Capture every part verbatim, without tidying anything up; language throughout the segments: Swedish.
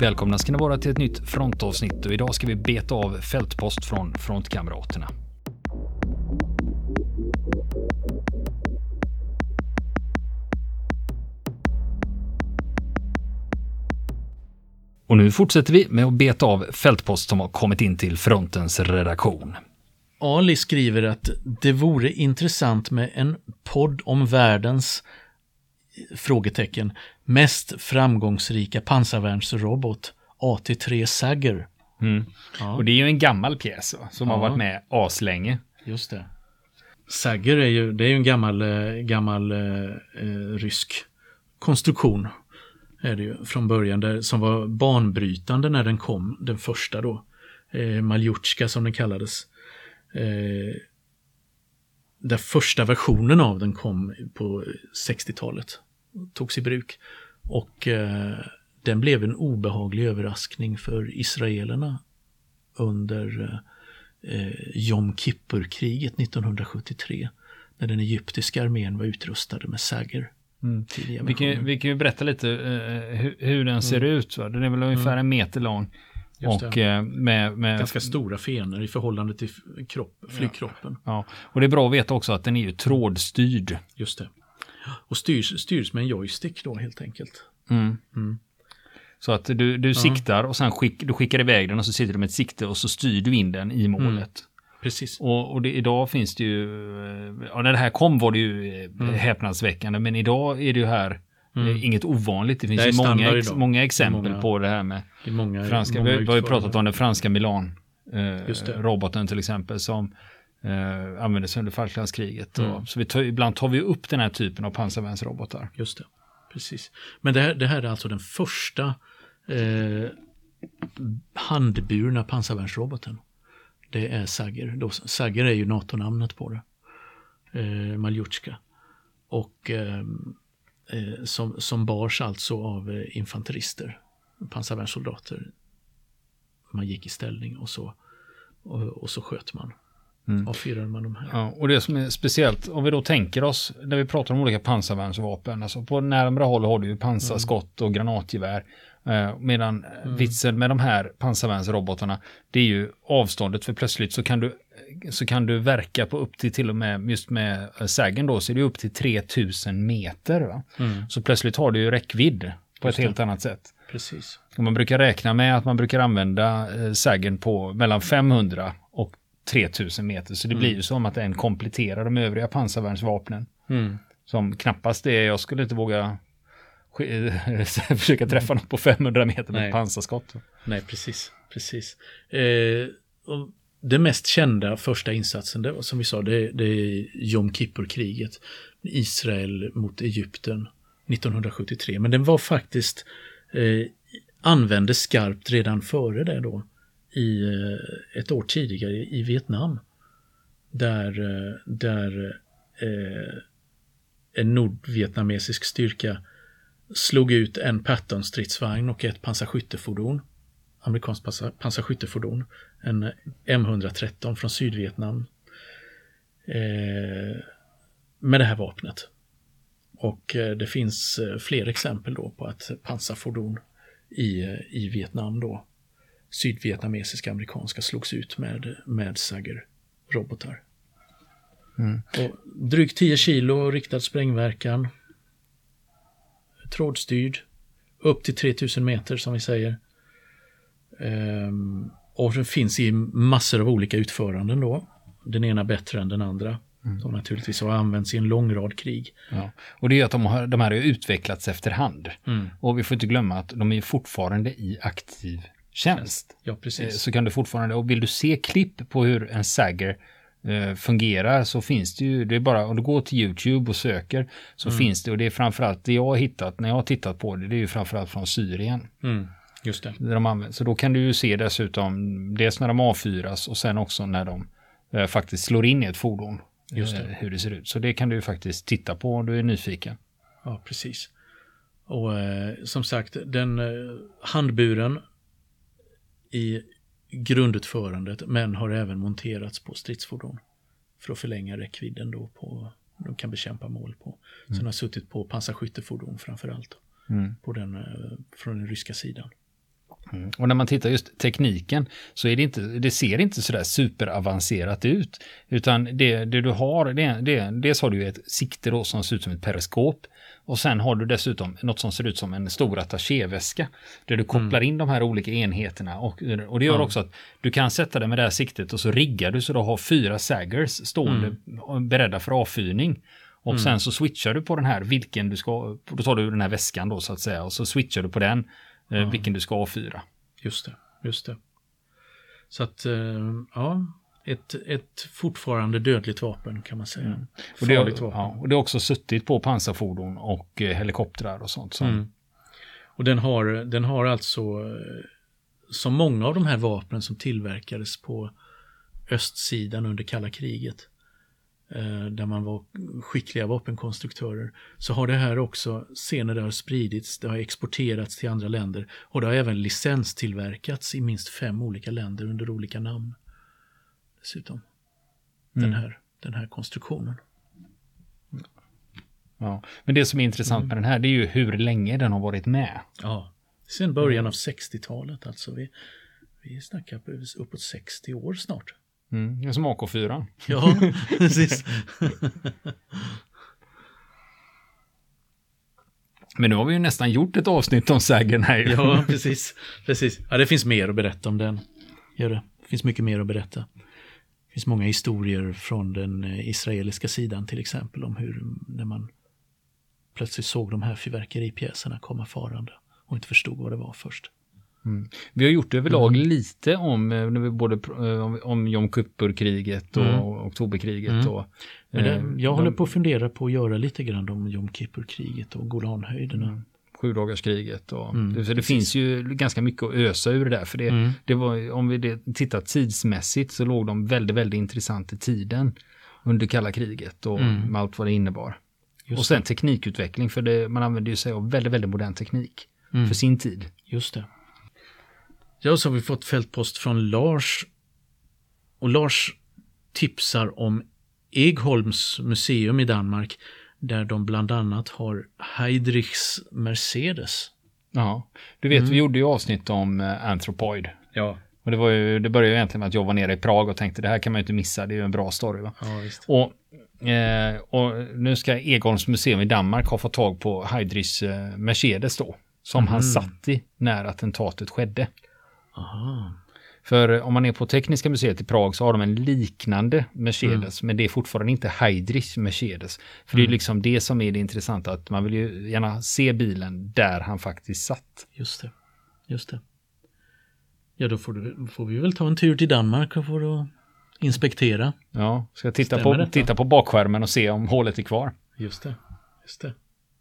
Välkomna ska ni vara till ett nytt frontavsnitt och idag ska vi beta av fältpost från frontkamraterna. Och nu fortsätter vi med att beta av fältpost som har kommit in till frontens redaktion. Ali skriver att det vore intressant med en podd om världens frågetecken mest framgångsrika pansarvärnsrobot A T tre Sagger. Mm. Ja. Och det är ju en gammal pjäs va, som ja. har varit med aslänge. Just det. Sagger är ju, det är ju en gammal, gammal eh, rysk konstruktion är det ju från början där, som var banbrytande när den kom, den första då. Eh, Maljutska som den kallades. Eh, den första versionen av den kom på sextiotalet. Togs i bruk. Och eh, den blev en obehaglig överraskning för israelerna under eh, Jom Kippur-kriget nittonhundrasjuttiotre. När den egyptiska armén var utrustad med Sagger. Mm. Vi, kan, vi kan ju berätta lite uh, hur, hur den ser mm. ut. Va? Den är väl ungefär mm. en meter lång. Och, uh, med, med ganska stora fenor i förhållande till kropp, flygkroppen. Ja. Ja. Och det är bra att veta också att den är ju trådstyrd. Just det. Och styrs, styrs med en joystick då helt enkelt. Mm. Mm. Så att du, du ja. siktar och sen skick, du skickar iväg den och så sitter du med ett sikte och så styr du in den i målet. Mm. Precis. Och, och det, idag finns det ju, ja, när det här kom var det ju mm. häpnadsväckande, men idag är det ju här mm. inget ovanligt. Det finns det ju många, ex, många exempel många, på det här med det många, franska, många vi har ju pratat om den franska Milan eh, roboten till exempel som eh, användes under Falklandskriget. Mm. Och, så vi tar, ibland tar vi upp den här typen av pansarvärnsrobotar. Just det, precis. Men det här, det här är alltså den första eh, handburna pansarvärnsroboten. Det är Sagger. Sagger är ju NATO-namnet på det. Eh, Maljutska. Och eh, eh, som, som bars alltså av eh, infanterister. Pansarvärnssoldater. Man gick i ställning och så, och, och så sköt man. Mm. Avfyrade man de här. Ja, och det som är speciellt, om vi då tänker oss, när vi pratar om olika pansarvärnsvapen, alltså på närmare håll har du ju pansarskott och granatgevär. Uh, medan mm. vitsen med de här pansarvärnsrobotarna, det är ju avståndet, för plötsligt så kan du så kan du verka på upp till till och med, just med uh, Saggen då, så är det upp till tre tusen meter va? Mm. Så plötsligt har du ju räckvidd på just ett det. helt annat sätt. Precis. Och man brukar räkna med att man brukar använda uh, Saggen på mellan femhundra och tre tusen meter, så det mm. blir ju som att en kompletterar de övriga pansarvärnsvapnen. Mm. Som knappast är, jag skulle inte våga försöka träffa något på femhundra meter med Nej. pansarskott. Nej, precis. precis. Eh, och det mest kända första insatsen, det var, som vi sa, det, det är Jom Kippur-kriget. Israel mot Egypten nittonhundrasjuttiotre. Men den var faktiskt eh, användes skarpt redan före det då. I eh, ett år tidigare i Vietnam. Där, eh, där eh, en nordvietnamesisk styrka slog ut en Patton-stridsvagn och ett pansarskyttefordon, amerikanskt pansar, pansarskyttefordon, en M hundratretton från Sydvietnam eh, med det här vapnet. Och eh, det finns eh, fler exempel då på att pansarfordon i, i Vietnam då, sydvietnamesiska amerikanska, slogs ut med, med Sagger-robotar. Mm. Och drygt tio kilo riktad sprängverkan, trådstyrd, upp till tre tusen meter som vi säger. Ehm, och den finns i massor av olika utföranden då. Den ena bättre än den andra. Mm. Som naturligtvis har använts i en lång rad krig. Ja. Och det är att de, har, de här har utvecklats efterhand. Mm. Och vi får inte glömma att de är fortfarande i aktiv tjänst. Ja, precis. Så kan du fortfarande, och vill du se klipp på hur en Sagger eh, fungerar, så finns det ju, det är bara, om du går till YouTube och söker, så mm. finns det, och det är framförallt det jag har hittat, när jag har tittat på det, det är ju framförallt från Syrien. Mm. Just det. Där de använder. Så då kan du ju se dessutom, dels när de avfyras och sen också när de eh, faktiskt slår in i ett fordon. Just det. Eh, hur det ser ut. Så det kan du ju faktiskt titta på om du är nyfiken. Ja, precis. Och eh, som sagt, den eh, handburen i grundutförandet, men har även monterats på stridsfordon för att förlänga räckvidden då på, de kan bekämpa mål på. Mm. Så den har suttit på pansarskyttefordon framförallt mm. på den, från den ryska sidan. Mm. Och när man tittar just tekniken så är det inte, det ser inte sådär superavancerat ut, utan det, det du har, det, det, dels har du ju ett sikte då som ser ut som ett periskop, och sen har du dessutom något som ser ut som en stor attachéväska där du kopplar mm. in de här olika enheterna, och, och det gör mm. också att du kan sätta det med det här siktet och så riggar du så du har fyra saggers stående mm. beredda för avfyrning. Och mm. sen så switchar du på den här, vilken du ska, då tar du den här väskan då så att säga, och så switchar du på den, eh, mm. vilken du ska avfyra. Just det, just det. Så att, eh, ja, ett, ett fortfarande dödligt vapen kan man säga. Mm. Och, det, vapen. Ja, och det har också suttit på pansarfordon och eh, helikoptrar och sånt. Så. Mm. Och den har, den har alltså, som många av de här vapnen som tillverkades på östsidan under kalla kriget, där man var skickliga vapenkonstruktörer, så har det här också, senare det har spridits, det har exporterats till andra länder, och det har även licenstillverkats i minst fem olika länder under olika namn dessutom. Mm. Den här, den här konstruktionen. Ja, men det som är intressant mm. med den här, det är ju hur länge den har varit med. Ja, sen början av sextiotalet, alltså vi, vi snackar på uppåt sextio år snart. Mm, det är som A K fyra. Ja, precis. Men nu har vi ju nästan gjort ett avsnitt om Saggen här. Ja, precis. precis. Ja, det finns mer att berätta om den. Gör det. Det finns mycket mer att berätta. Det finns många historier från den israeliska sidan till exempel, om hur när man plötsligt såg de här fyrverkeripjäserna komma farande och inte förstod vad det var först. Mm. Vi har gjort överlag mm. lite om, när vi både, om, om Jom Kippur-kriget och, mm. och oktoberkriget. Mm. Och, Men det, jag de, håller på att fundera på att göra lite grann om Jom Kippur-kriget och Golanhöjderna. Mm. Sjudagarskriget. Och, mm, det, det finns ju ganska mycket att ösa ur det där. För det, mm. det var, om vi det, tittar tidsmässigt så låg de väldigt, väldigt intressant i tiden under kalla kriget och mm. med allt vad det innebar. Just och sen det. Teknikutveckling, för det, man använder ju sig av väldigt, väldigt modern teknik mm. för sin tid. Just det. Ja, så har vi fått fältpost från Lars, och Lars tipsar om Egholms museum i Danmark, där de bland annat har Heydrichs Mercedes. Ja, du vet mm. vi gjorde ju avsnitt om uh, Anthropoid. Ja. Och det, var ju, det började ju egentligen med att jag var nere i Prag och tänkte det här kan man ju inte missa, det är ju en bra story va? Ja, visst. Och, eh, och nu ska Egholms museum i Danmark ha fått tag på Heydrichs uh, Mercedes då, som mm. han satt i när attentatet skedde. Aha. För om man är på Tekniska museet i Prag så har de en liknande Mercedes, mm. men det är fortfarande inte Heydrichs Mercedes. För mm. det är liksom det som är det intressanta, att man vill ju gärna se bilen där han faktiskt satt. Just det, just det. Ja, då får, du, får vi väl ta en tur till Danmark och får att inspektera. Ja, ska jag titta på, titta på bakskärmen och se om hålet är kvar. Just det, just det.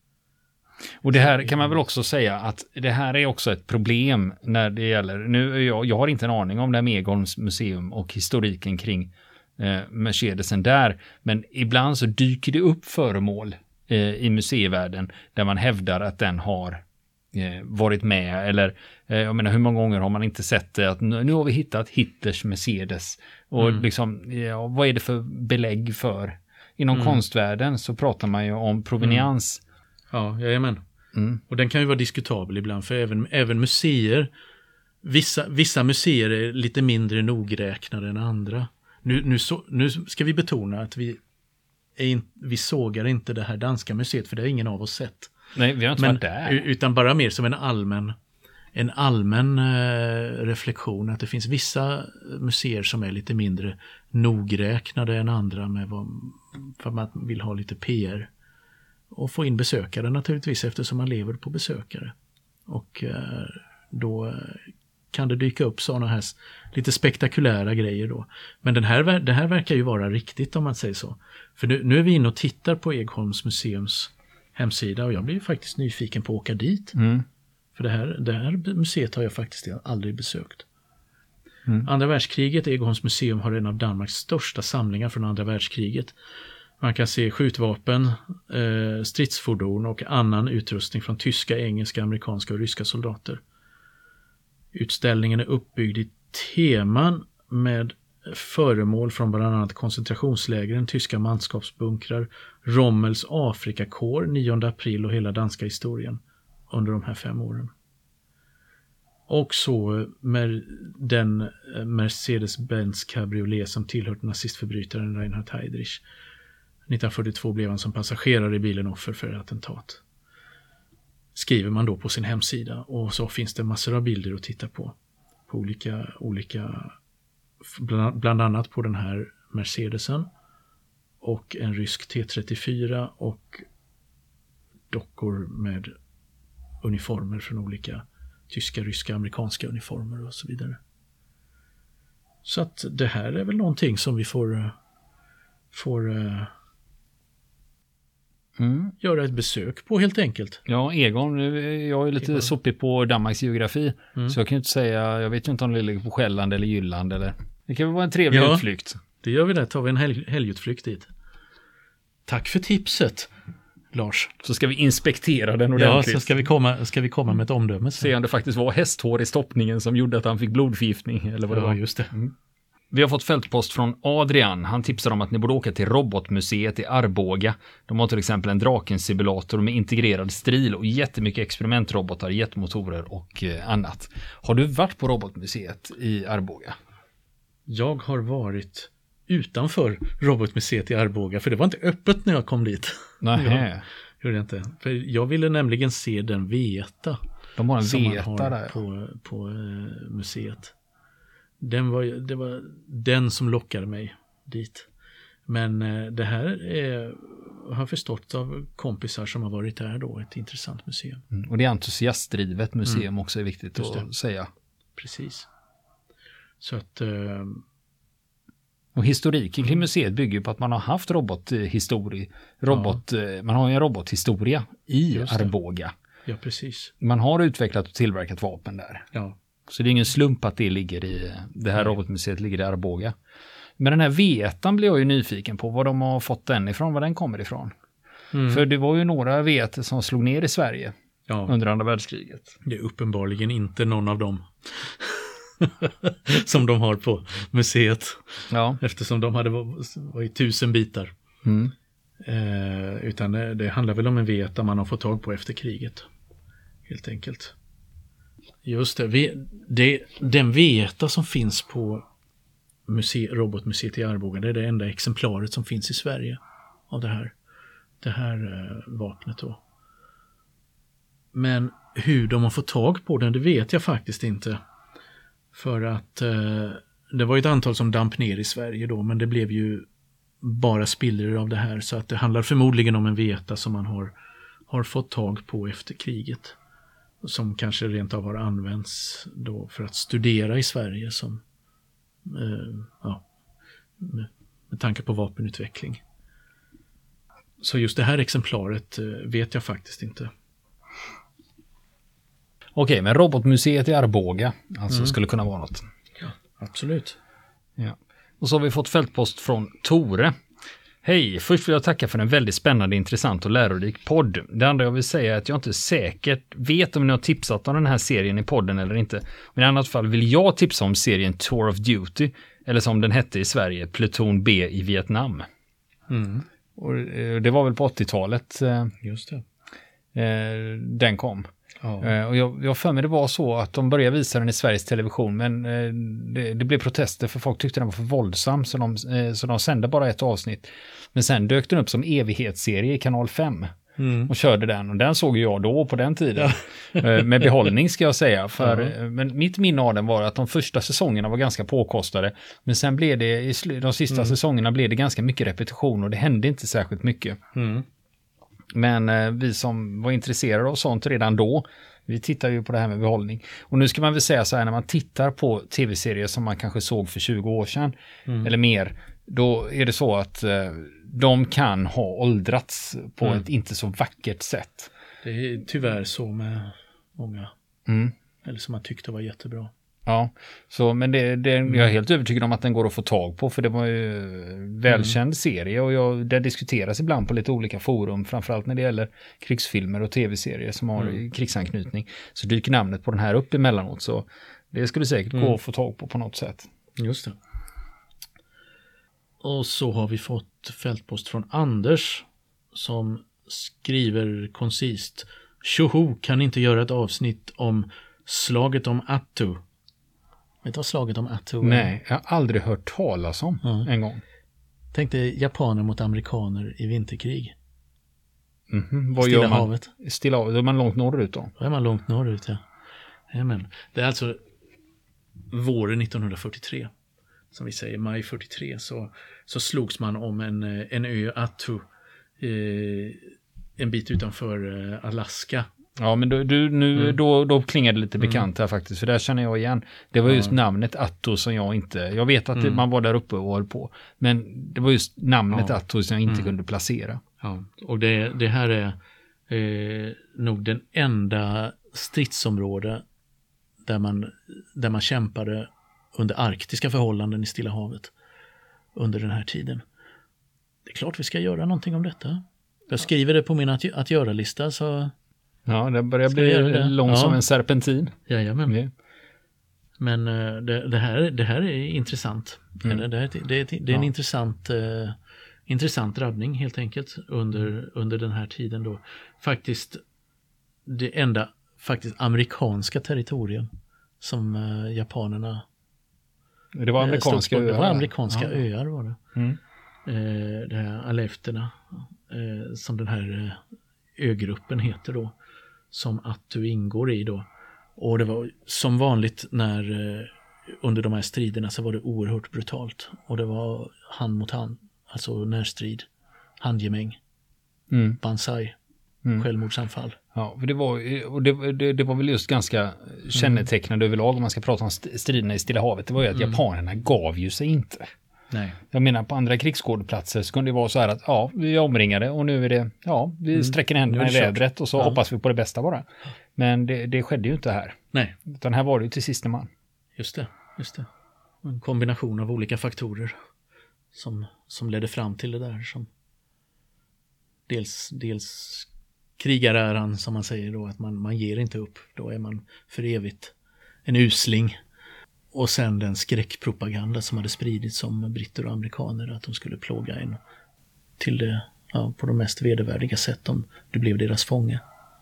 Och det här kan man väl också säga att det här är också ett problem när det gäller, nu jag, jag har inte en aning om det här med Egholms museum och historiken kring eh, Mercedesen där, men ibland så dyker det upp föremål eh, i museivärlden där man hävdar att den har eh, varit med, eller eh, jag menar hur många gånger har man inte sett det, att nu, nu har vi hittat Hitlers Mercedes och mm. liksom, ja, vad är det för belägg för? Inom mm. konstvärlden så pratar man ju om proveniens. Mm. Ja, jajamän. Mm. Och den kan ju vara diskutabel ibland, för även, även museer, vissa, vissa museer är lite mindre nogräknade än andra. Nu, nu, så, nu ska vi betona att vi, är in, vi sågar inte det här danska museet, för det har ingen av oss sett. Nej, vi har inte Men, varit där. Utan bara mer som en allmän, en allmän eh, reflektion, att det finns vissa museer som är lite mindre nogräknade än andra, med vad, för att man vill ha lite P R. Och få in besökare naturligtvis, eftersom man lever på besökare. Och eh, då kan det dyka upp sådana här lite spektakulära grejer då. Men den här, det här verkar ju vara riktigt, om man säger så. För nu, nu är vi inne och tittar på Egholms museums hemsida, och jag blir faktiskt nyfiken på att åka dit. Mm. För det här, det här museet har jag faktiskt aldrig besökt. Mm. Andra världskriget, Egholms museum har en av Danmarks största samlingar från andra världskriget. Man kan se skjutvapen, eh, stridsfordon och annan utrustning från tyska, engelska, amerikanska och ryska soldater. Utställningen är uppbyggd i teman med föremål från bland annat koncentrationslägren, tyska manskapsbunkrar, Rommels Afrikakår nionde april och hela danska historien under de här fem åren. Och så med den Mercedes-Benz Cabriolet som tillhört nazistförbrytaren Reinhard Heydrich. nittonhundrafyrtiotvå blev han som passagerare i bilen offer för attentat. Skriver man då på sin hemsida, och så finns det massor av bilder att titta på. På olika, olika bland, bland annat på den här Mercedesen och en rysk T trettiofyra och dockor med uniformer från olika tyska, ryska, amerikanska uniformer och så vidare. Så att det här är väl någonting som vi får får uh, mm. göra ett besök på helt enkelt. Ja, Egon, jag är lite Egon. sopig på Danmarks geografi, mm. så jag kan ju inte säga, jag vet ju inte om det ligger på Själland eller Jylland eller, det kan väl vara en trevlig ja, utflykt. Det gör vi det, tar vi en helg, helgutflykt dit. Tack för tipset, Lars. Så ska vi inspektera den ordentligt. Ja, så ska vi komma, ska vi komma med ett omdöme. Så. Se om det faktiskt var hästhår i stoppningen som gjorde att han fick blodförgiftning eller vad det ja, var. Just det. Mm. Vi har fått fältpost från Adrian. Han tipsar om att ni borde åka till Robotmuseet i Arboga. De har till exempel en Draken-simulator med integrerad stril och jättemycket experimentrobotar, jetmotorer och eh, annat. Har du varit på Robotmuseet i Arboga? Jag har varit utanför Robotmuseet i Arboga, för det var inte öppet när jag kom dit. Nej. Gjorde jag inte. För jag ville nämligen se den Veta. De har en som Veta man har där på, på uh, museet. Den var, det var den som lockade mig dit. Men uh, det här är, har jag förstått av kompisar som har varit där då, ett intressant museum. Mm. Och det är entusiastdrivet museum mm. också är viktigt att säga. Precis. Så att... Uh, Och historiken kring museet bygger på att man har haft robothistoria. Robot, ja. Man har ju en robothistoria i Arboga. Ja, precis. Man har utvecklat och tillverkat vapen där. Ja. Så det är ingen slump att det ligger i det här Nej. robotmuseet ligger i Arboga. Men den här Vetan blir jag ju nyfiken på vad de har fått den ifrån, var den kommer ifrån. Mm. För det var ju några Veter som slog ner i Sverige ja. under andra världskriget. Det är uppenbarligen inte någon av dem. som de har på museet. Ja. Eftersom de hade varit i tusen bitar. Mm. Eh, utan det, det handlar väl om en Veta man har fått tag på efter kriget. Helt enkelt. Just det. Vi, det den Veta som finns på muse, Robotmuseet i Arboga, det är det enda exemplaret som finns i Sverige av det här, det här eh, vapnet då. Men hur de har fått tag på den, det vet jag faktiskt inte. För att eh, det var ett antal som damp ner i Sverige då, men det blev ju bara spillror av det här. Så att det handlar förmodligen om en Veta som man har, har fått tag på efter kriget. Som kanske rent av har använts då för att studera i Sverige som, eh, ja, med, med tanke på vapenutveckling. Så just det här exemplaret eh, vet jag faktiskt inte. Okej, men Robotmuseet i Arboga alltså mm. skulle kunna vara något. Ja, absolut. Ja. Och så har vi fått fältpost från Tore. Hej, först vill jag tacka för en väldigt spännande, intressant och lärorik podd. Det andra jag vill säga är att jag inte säkert vet om ni har tipsat om den här serien i podden eller inte. Men i annat fall vill jag tipsa om serien Tour of Duty, eller som den hette i Sverige, Pluton B i Vietnam. Mm. Och det var väl på åttiotalet. Just det. Den kom. Ja. Och jag, jag för mig det var så att de började visa den i Sveriges Television, men det, det blev protester för folk tyckte den var för våldsam, så de, så de sände bara ett avsnitt. Men sen dök den upp som evighetsserie i kanal fem mm. och körde den, och den såg jag då på den tiden. Ja. Med behållning ska jag säga, för ja. Men mitt minne av den var att de första säsongerna var ganska påkostade, men sen blev det i de sista mm. säsongerna blev det ganska mycket repetition och det hände inte särskilt mycket. Mm. Men eh, vi som var intresserade av sånt redan då, vi tittar ju på det här med behållning. Och nu ska man väl säga så här, när man tittar på tv-serier som man kanske såg för tjugo år sedan mm. eller mer, då är det så att eh, de kan ha åldrats på mm. ett inte så vackert sätt. Det är tyvärr så med många. Mm. Eller som man tyckte var jättebra. Ja, så, men det, det, jag är helt övertygad om att den går att få tag på, för det var ju en välkänd mm. serie, och jag, det diskuteras ibland på lite olika forum, framförallt när det gäller krigsfilmer och tv-serier som har mm. krigsanknytning, så dyker namnet på den här upp emellanåt, så det skulle säkert mm. gå att få tag på på något sätt. Just det. Och så har vi fått fältpost från Anders som skriver koncist: Tjoho, kan inte göra ett avsnitt om Slaget om Attu. Vet du vad slaget om Attu är? Nej, jag har aldrig hört talas om Ja. en gång. Tänk dig japaner mot amerikaner i vinterkrig. Mm-hmm. Vad Stilla gör man? havet. Stilla havet. Då är man långt norrut då? Då är man långt norrut, ja. Amen. Det är alltså våren nittonhundrafyrtiotre. Som vi säger, maj fyrtiotre. Så, så slogs man om en, en ö, Attu. Eh, en bit utanför eh, Alaska. Ja, men du, du, nu, Mm. då, då klingar det lite bekant här faktiskt. För där känner jag igen. Det var just Ja. namnet Attu som jag inte... Jag vet att det, Mm. man var där uppe och höll på. Men det var just namnet Ja. Attu som jag inte Mm. kunde placera. Ja, och det, det här är eh, nog den enda stridsområde där man, där man kämpade under arktiska förhållanden i Stilla havet under den här tiden. Det är klart vi ska göra någonting om detta. Jag skriver det på min att, att göra-lista, så Ja, det börjar Ska vi göra bli det? lång Ja. som en serpentin. jajamän. Ja. Men eh, det, det, här, det här är intressant. Mm. Eller, det, här, det, är- det är en Ja. intressant, eh, intressant drabbning helt enkelt under, under den här tiden då. Faktiskt det enda faktiskt amerikanska territorium som eh, japanerna Det var eh, amerikanska stod på. öar. Det var amerikanska Ja. öar var det. Mm. Eh, det här Alefterna eh, som den här eh, ögruppen heter då, som Attu ingår i då. Och det var som vanligt när eh, under de här striderna så var det oerhört brutalt. Och det var hand mot hand, alltså närstrid, handgemäng, Mm. bansai, Mm. självmordsanfall. Ja, för det var, och det, det, det var väl just ganska kännetecknande överlag om man ska prata om st- striderna i Stilla havet. Det var ju att Mm. japanerna gav ju sig inte. Nej. Jag menar på andra krigsskådeplatser så kunde det vara så här att ja, vi är omringade och nu är det, ja, vi Mm. sträcker Nu händerna är i det kört. vädret och så Ja. hoppas vi på det bästa bara. Men det, det skedde ju inte här. Nej, Utan här var det ju till sist man. just det. Just det. En kombination av olika faktorer som, som ledde fram till det där. Som dels, dels krigaräran som man säger då, att man, man ger inte upp. Då är man för evigt en usling. Och sen den skräckpropaganda som hade spridits om britter och amerikaner, att de skulle plåga en till det, ja, på de mest vedervärdiga sätt om du blev deras fånge.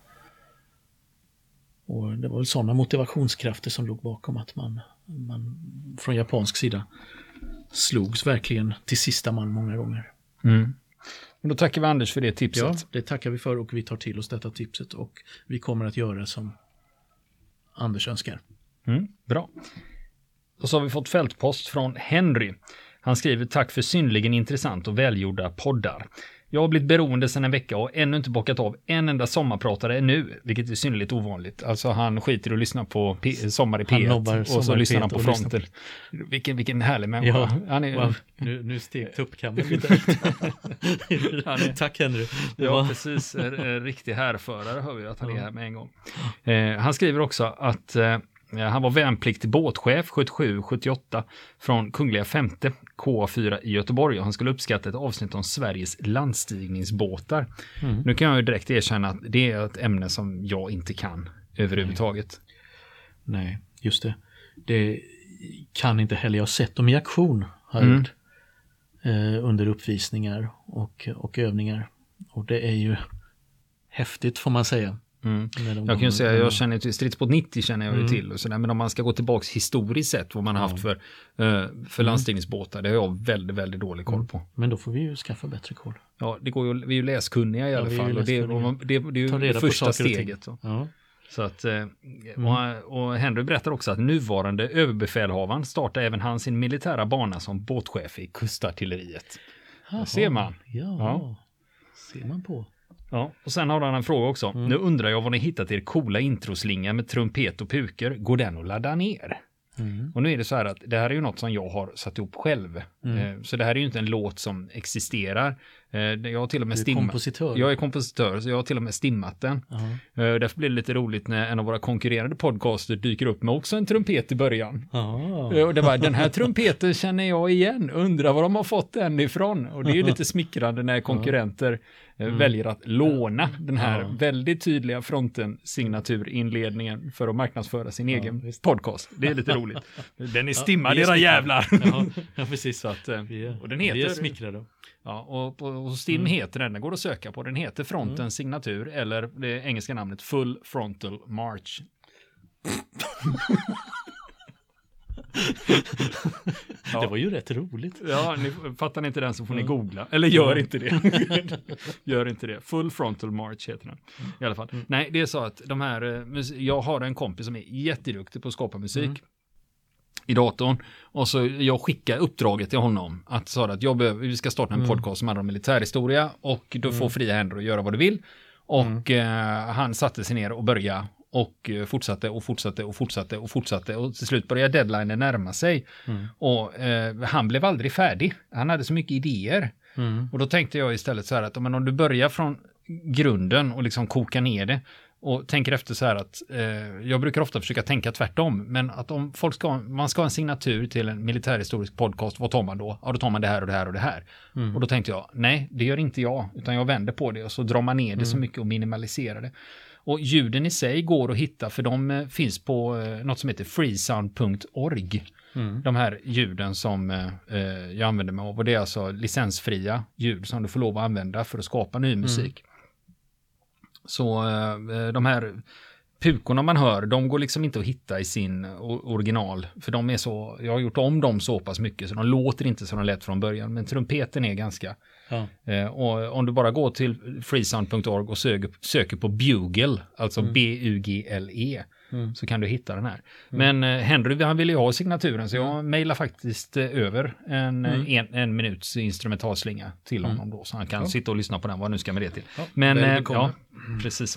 Och det var väl sådana motivationskrafter som låg bakom att man, man från japansk sida slogs verkligen till sista man många gånger. Mm. Men då tackar vi Anders för det tipset. Ja, det tackar vi för och vi tar till oss detta tipset och vi kommer att göra som Anders önskar. Mm, bra. Och så har vi fått fältpost från Henry. Han skriver tack för synnerligen intressant och välgjorda poddar. Jag har blivit beroende sedan en vecka och ännu inte bockat av en enda sommarpratare ännu, vilket är synnerligt ovanligt. Alltså han skiter och lyssnar på P- Sommar i P ett och så lyssnar han på fronten. Vilken, vilken härlig människa. Ja, Han är, wow. nu, nu steg tuppkammen lite. Han är- Tack Henry. Det Ja, var- precis. En, en riktig härförare hör vi att han är här med en gång. Eh, han skriver också att eh, han var värnpliktig båtchef sjuttiosju sjuttioåtta från Kungliga femte K A fyra i Göteborg och han skulle uppskatta ett avsnitt om Sveriges landstigningsbåtar. Mm. Nu kan jag ju direkt erkänna att det är ett ämne som jag inte kan överhuvudtaget. Nej, just det. Det kan inte heller. Jag har sett dem i aktion har jag Mm. gjort, eh, under uppvisningar och, och övningar. Och det är ju häftigt får man säga. Mm. När de Jag kan ju kommer- säga, jag känner till Stridsbåt nittio känner jag ju Mm. till och sådär, men om man ska gå tillbaks historiskt sett vad man har Ja. haft för, eh, för landstigningsbåtar, det har jag väldigt, väldigt dålig koll på. Men då får vi ju skaffa bättre koll. Ja, det går ju, vi är ju läskunniga i Ja, alla vi är ju fall och det, läskunniga. och det, det är Ta ju reda det på första saker och ting. steget. Så, Ja. så att, eh, och, och Henry berättar också att nuvarande överbefälhavaren startar även han sin militära bana som båtchef i kustartilleriet. Jaha, ser man. Ja, Ja. ser man på. Ja, och sen har han en fråga också. Mm. Nu undrar jag var ni hittat er coola introslinga med trumpet och puker. Går den att ladda ner? Mm. Och nu är det så här att det här är ju något som jag har satt ihop själv. Mm. Eh, Så det här är ju inte en låt som existerar. Eh, Jag har till och med Du är stimmat. kompositör. Jag är kompositör så jag har till och med stimmat den. Ja. Eh, Därför blir det lite roligt när en av våra konkurrerande podcaster dyker upp med också en trumpet i början. Ja. Eh, Och det var den här trumpeten känner jag igen. Undrar var de har fått den ifrån. Och det är ju lite smickrande när konkurrenter eh, väljer att låna den här Ja. väldigt tydliga fronten signaturinledningen för att marknadsföra sin egen visst. podcast. Det är lite roligt. Den är stimmad, vi är era smickrade. jävlar. Ja, ja, precis. Så att, eh, Vi är, och den vi är heter, smickrade. ja, och på och Stim Mm. heter den, den går att söka på. Den heter Frontens signatur eller det engelska namnet Full Frontal March. Det var ju rätt roligt. Ja, ni, fattar ni inte den så får ni googla. Eller gör inte det. Gör inte det. Full Frontal March heter den. I alla fall. Mm. Nej, det är så att de här, jag har en kompis som är jätteduktig på att skapa musik. Mm. I datorn. Och så jag skickar uppdraget till honom. Att sa att jag behöver, vi ska starta en mm. podcast som handlar om militärhistoria. Och du får mm. fria händer att göra vad du vill. Och mm. eh, han satte sig ner och började. Och fortsatte och fortsatte och fortsatte och fortsatte. Och till slut började deadlinen närma sig. Mm. Och eh, han blev aldrig färdig. Han hade så mycket idéer. Mm. Och då tänkte jag istället så här att men om du börjar från grunden och liksom kokar ner det. Och tänker efter så här att eh, jag brukar ofta försöka tänka tvärtom. Men att om folk ska, man ska ha en signatur till en militärhistorisk podcast, vad tar man då? Ja, då tar man det här och det här och det här. Mm. Och då tänkte jag, nej, det gör inte jag. Utan jag vänder på det och så drar man ner det mm. så mycket och minimaliserar det. Och ljuden i sig går att hitta för de eh, finns på eh, något som heter freesound punkt org. Mm. De här ljuden som eh, jag använder mig av. Och det är alltså licensfria ljud som du får lov att använda för att skapa ny musik. Mm. Så eh, de här pukorna man hör, de går liksom inte att hitta i sin original. För de är så, jag har gjort om dem så pass mycket så de låter inte som de lät från början. Men trumpeten är ganska... Ja. Eh, och om du bara går till freesound punkt org och söker, söker på Bugle, alltså mm. B U G L E, mm. så kan du hitta den här. Mm. Men eh, Henry, han ville ju ha signaturen så jag mejlar faktiskt eh, över en, mm. en, en minuts instrumentalslinga till honom då. Så han kan ja. sitta och lyssna på den, vad nu ska med det till. Ja, Men eh, ja, mm. precis.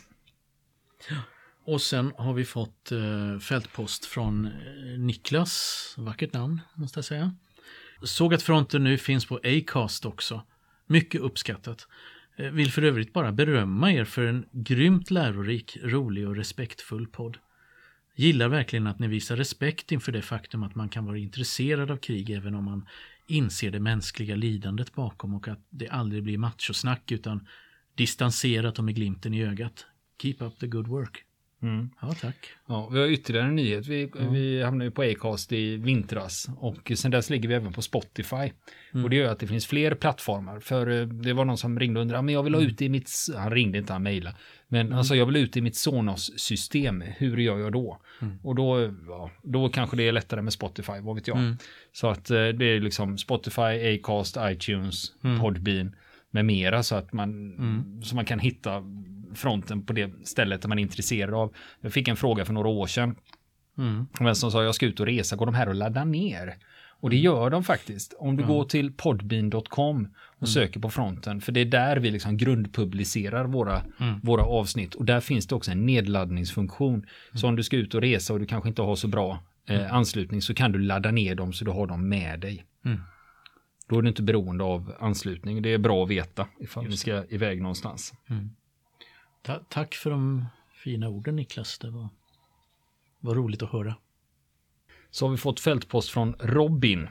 Och sen har vi fått eh, fältpost från eh, Niklas, vackert namn måste jag säga. Såg att fronten nu finns på Acast också. Mycket uppskattat. Eh, vill för övrigt bara berömma er för en grymt lärorik, rolig och respektfull podd. Gillar verkligen att ni visar respekt inför det faktum att man kan vara intresserad av krig även om man inser det mänskliga lidandet bakom och att det aldrig blir machosnack utan distanserat och med glimten i ögat. Keep up the good work. Mm. Ja, tack. Ja, vi har ytterligare en nyhet. Vi, ja. vi hamnade ju på Acast i vintras och sen dess ligger vi även på Spotify. Mm. Och det gör att det finns fler plattformar. För det var någon som ringde och undrade, men jag vill ha ut i mitt, han ringde inte, han mejlade. Men mm. alltså jag vill ut i mitt Sonos-system. Hur gör jag då? Mm. Och då, ja, då kanske det är lättare med Spotify, vad vet jag. Mm. Så att det är liksom Spotify, Acast, iTunes, mm. Podbean med mera så att man, mm. så man kan hitta fronten på det stället där man är intresserad av. Jag fick en fråga för några år sedan. Mm. Och som sa, jag ska ut och resa, går de här och laddar ner? Och det gör de faktiskt. Om du mm. går till podbean punkt com och mm. söker på fronten, för det är där vi liksom grundpublicerar våra, mm. våra avsnitt. Och där finns det också en nedladdningsfunktion. Mm. Så om du ska ut och resa och du kanske inte har så bra eh, mm. anslutning så kan du ladda ner dem så du har dem med dig. Mm. Då är du inte beroende av anslutning. Det är bra att veta ifall ni ska iväg någonstans. Mm. Ta- tack för de fina orden, Niklas. Det var, var roligt att höra. Så har vi fått fältpost från Robin.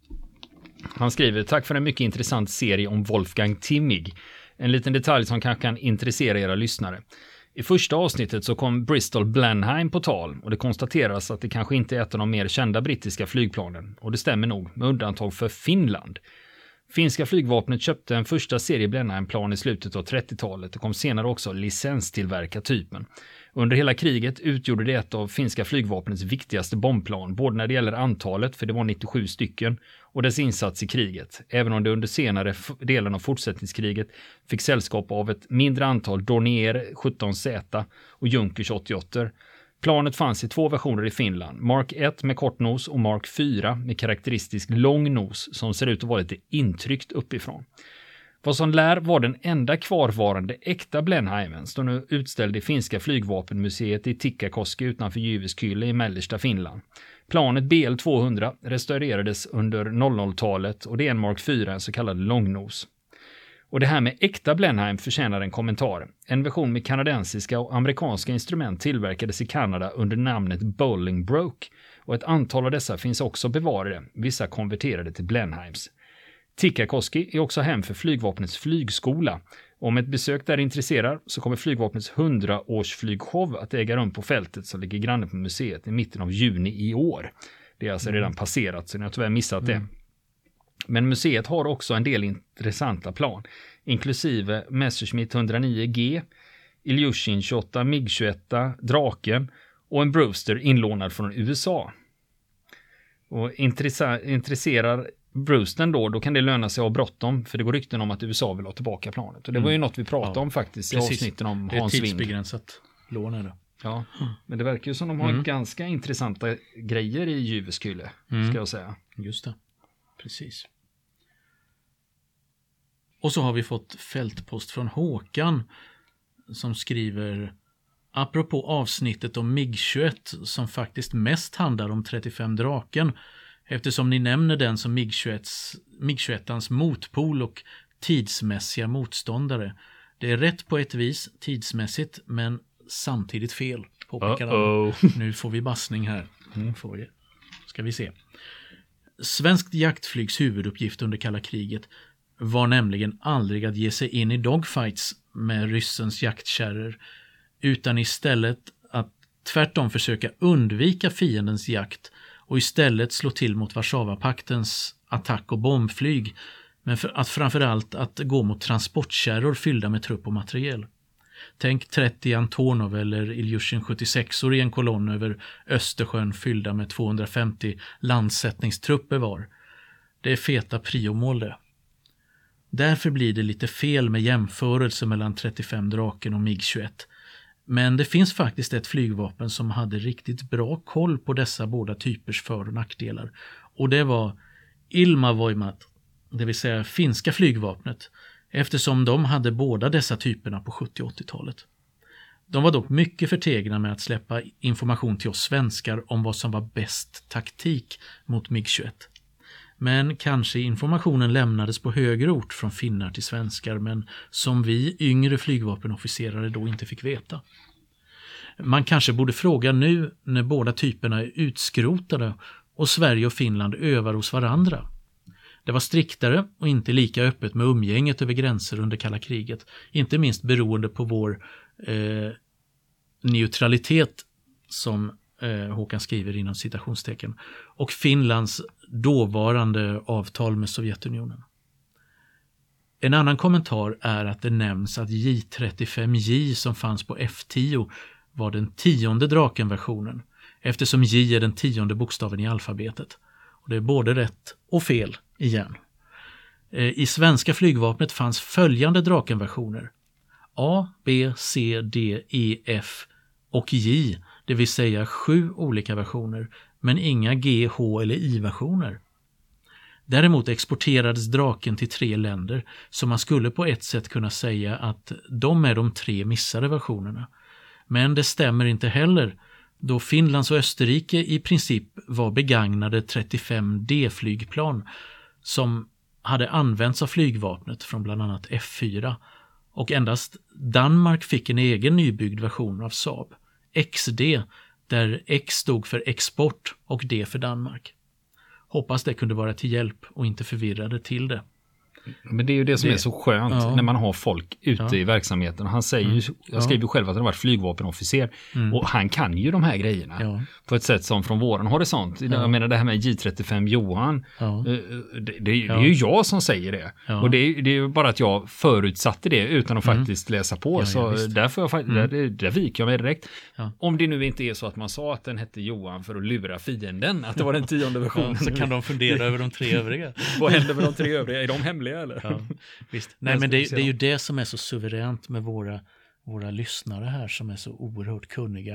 Han skriver, tack för en mycket intressant serie om Wolfgang Timmig. En liten detalj som kanske kan intressera era lyssnare. I första avsnittet så kom Bristol Blenheim på tal och det konstateras att det kanske inte är ett av de mer kända brittiska flygplanen. Och det stämmer nog, med undantag för Finland. Finska flygvapnet köpte en första serie Blenheim-plan i slutet av trettiotalet och kom senare också licenstillverka typen. Under hela kriget utgjorde det ett av finska flygvapnets viktigaste bombplan, både när det gäller antalet, för det var nittiosju stycken, och dess insats i kriget. Även om det under senare f- delen av fortsättningskriget fick sällskap av ett mindre antal Dornier sjutton Z och Junkers åttioåtta. Planet fanns i två versioner i Finland, Mark ett med kort nos och Mark fyra med karaktäristisk lång nos som ser ut att vara lite intryckt uppifrån. Vad som lär var den enda kvarvarande äkta Blenheimen står nu utställd i finska flygvapenmuseet i Tikkakoski utanför Jyväskylä i mellersta Finland. Planet B L tvåhundra restaurerades under noll noll-talet och det är en Mark fyra, en så kallad långnos. Och det här med äkta Blenheim förtjänar en kommentar. En version med kanadensiska och amerikanska instrument tillverkades i Kanada under namnet Bolingbroke och ett antal av dessa finns också bevarade, vissa konverterade till Blenheims. Tikkakoski är också hem för flygvapnets flygskola. Om ett besök där intresserar så kommer flygvapnets hundraårsflygshow att äga rum på fältet som ligger granne på museet i mitten av juni i år. Det är alltså mm. redan passerat så ni har tyvärr missat mm. det. Men museet har också en del intressanta plan, inklusive Messerschmitt etthundranio G, Ilyushin tjugoåtta, MiG tjugoett, Draken och en Brewster inlånad från U S A. Och intressa- intresserar Brewstern då, då kan det löna sig att ha bråttom, för det går rykten om att U S A vill ha tillbaka planet. Och det var ju mm. något vi pratade ja. om faktiskt i Precis. avsnitten om Hans Vind. Det är tidsbegränsat lån är det. Ja, mm. men det verkar ju som de har mm. ganska intressanta grejer i Jyväskylä, mm. ska jag säga. Just det, precis. Och så har vi fått fältpost från Håkan som skriver: apropå avsnittet om MiG tjugoett som faktiskt mest handlar om trettiofem Draken, eftersom ni nämner den som MiG tjugoettans motpol och tidsmässiga motståndare. Det är rätt på ett vis tidsmässigt, men samtidigt fel, påpekar han. Nu får vi bassning här. Mm. Får vi. Ska vi se. Svenskt jaktflygs huvuduppgift under kalla kriget var nämligen aldrig att ge sig in i dogfights med ryssens jaktkärror, utan istället att tvärtom försöka undvika fiendens jakt och istället slå till mot Warszawapaktens attack- och bombflyg, men för att framförallt att gå mot transportkärror fyllda med trupp och materiel. Tänk trettio Antonov eller Ilyushin sjuttiosex i en kolonn över Östersjön fyllda med tvåhundrafemtio landsättningstrupper var. Det är feta priomål det. Därför blir det lite fel med jämförelse mellan trettiofem Draken och MiG tjugoett. Men det finns faktiskt ett flygvapen som hade riktigt bra koll på dessa båda typers för- och nackdelar. Och det var Ilmavoimat, det vill säga finska flygvapnet, eftersom de hade båda dessa typerna på sjuttio- och åttiotalet. De var dock mycket förtegna med att släppa information till oss svenskar om vad som var bäst taktik mot MiG tjugoett. Men kanske informationen lämnades på högre ort från finnar till svenskar, men som vi yngre flygvapenofficerare då inte fick veta. Man kanske borde fråga nu när båda typerna är utskrotade och Sverige och Finland övar hos varandra. Det var striktare och inte lika öppet med umgänget över gränser under kalla kriget, inte minst beroende på vår eh, neutralitet som eh, Håkan skriver inom citationstecken, och Finlands dåvarande avtal med Sovjetunionen. En annan kommentar är att det nämns att J trettiofem J som fanns på F tio var den tionde Draken-versionen, eftersom J är den tionde bokstaven i alfabetet. Och det är både rätt och fel igen. I svenska flygvapnet fanns följande Draken-versioner: A, B, C, D, E, F och J, det vill säga sju olika versioner, men inga G, H eller I-versioner. Däremot exporterades Draken till tre länder, så man skulle på ett sätt kunna säga att de är de tre missade versionerna. Men det stämmer inte heller, då Finlands och Österrike i princip var begagnade trettiofem D-flygplan som hade använts av flygvapnet från bland annat F fyra, och endast Danmark fick en egen nybyggd version av Saab, X D, där X stod för export och D för Danmark. Hoppas det kunde vara till hjälp och inte förvirrade till det. Men det är ju det som det. är så skönt ja. när man har folk ute ja. i verksamheten. Han säger ju, mm. jag skriver ju själv att han har varit flygvapenofficer mm. och han kan ju de här grejerna ja. på ett sätt som från våran horisont. Ja. Jag menar det här med J trettiofem Johan, ja. det, det, det ja. är ju jag som säger det. Ja. Och det är, det är ju bara att jag förutsatte det utan att mm. faktiskt läsa på. Ja, så ja, därför jag, mm. där, där vik jag mig direkt. Ja. Om det nu inte är så att man sa att den hette Johan för att lura fienden, att det var den tionde versionen. Ja, så kan de fundera över de tre övriga. Vad händer med de tre övriga? Är de hemliga? Eller? Ja, visst. Nej, men det, det är ju det som är så suveränt med våra, våra lyssnare här, som är så oerhört kunniga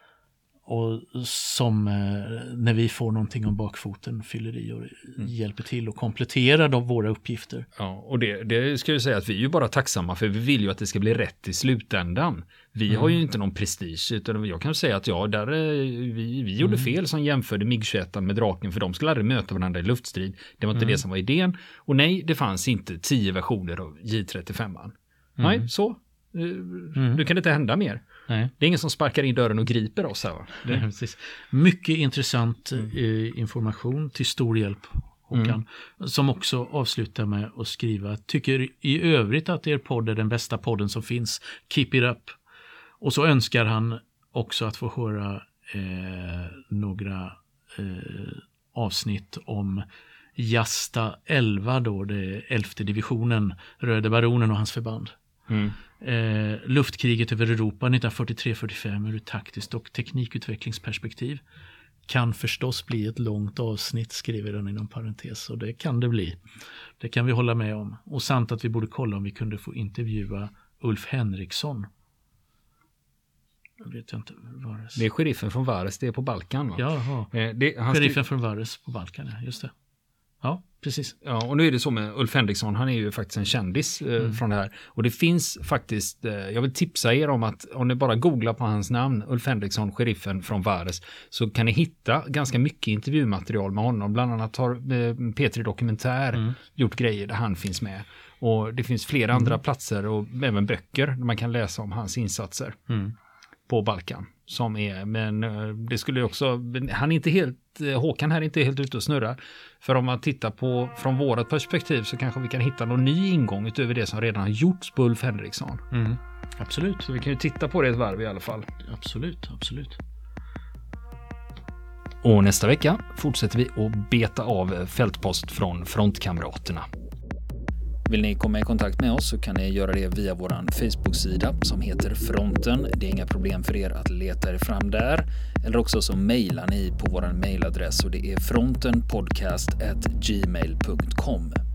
och som eh, när vi får någonting om bakfoten fyller i och mm. hjälper till och kompletterar de våra uppgifter. Ja, och det, det ska jag säga att vi är ju bara tacksamma, för vi vill ju att det ska bli rätt i slutändan. Vi mm. har ju inte någon prestige, utan jag kan säga att ja, där vi, vi gjorde mm. fel som jämförde MiG tjugoett med Draken, för de skulle aldrig möta varandra i luftstrid. Det var inte mm. det som var idén. Och nej, det fanns inte tio versioner av J trettiofem. Mm. Nej, så. Mm. Nu kan det inte hända mer. Nej. Det är ingen som sparkar in dörren och griper oss här, va? Det... Nej, precis. Mycket intressant mm. eh, information till stor hjälp, Håkan. Mm. Som också avslutar med att skriva: tycker i övrigt att er podd är den bästa podden som finns. Keep it up. Och så önskar han också att få höra eh, några eh, avsnitt om Jasta elva då, det elfte divisionen, Röde baronen och hans förband. Mm. Eh, luftkriget över Europa nittonhundrafyrtiotre fyrtiofem ur ett taktiskt och teknikutvecklingsperspektiv kan förstås bli ett långt avsnitt, skriver den inom parentes, och det kan det bli. Det kan vi hålla med om. Och sant att vi borde kolla om vi kunde få intervjua Ulf Henriksson. Jag vet inte, Vares. Det är sheriffen från Vares, det är på Balkan, va? Jaha, eh, det, sheriffen från Vares på Balkan, ja, just det. Ja, precis. Ja, och nu är det så med Ulf Henriksson, han är ju faktiskt en kändis eh, mm. från det här. Och det finns faktiskt, eh, jag vill tipsa er om att om ni bara googlar på hans namn, Ulf Henriksson, sheriffen från Vares, så kan ni hitta ganska mycket intervjumaterial med honom. Bland annat har eh, P tre Dokumentär mm. gjort grejer där han finns med. Och det finns flera mm. andra platser och även böcker där man kan läsa om hans insatser. Mm. På Balkan som är, men det skulle också, han är inte helt, Håkan här är inte helt ute och snurrar, för om man tittar på från vårat perspektiv så kanske vi kan hitta någon ny ingång utöver det som redan har gjorts på Ulf Henriksson. Mm. Absolut. Så vi kan ju titta på det ett varv i alla fall. Absolut, absolut. Och nästa vecka fortsätter vi att beta av fältpost från frontkamraterna. Vill ni komma i kontakt med oss så kan ni göra det via vår Facebook-sida som heter Fronten. Det är inga problem för er att leta er fram där. Eller också så mejlar ni på vår mejladress och det är frontenpodcast at gmail punkt com.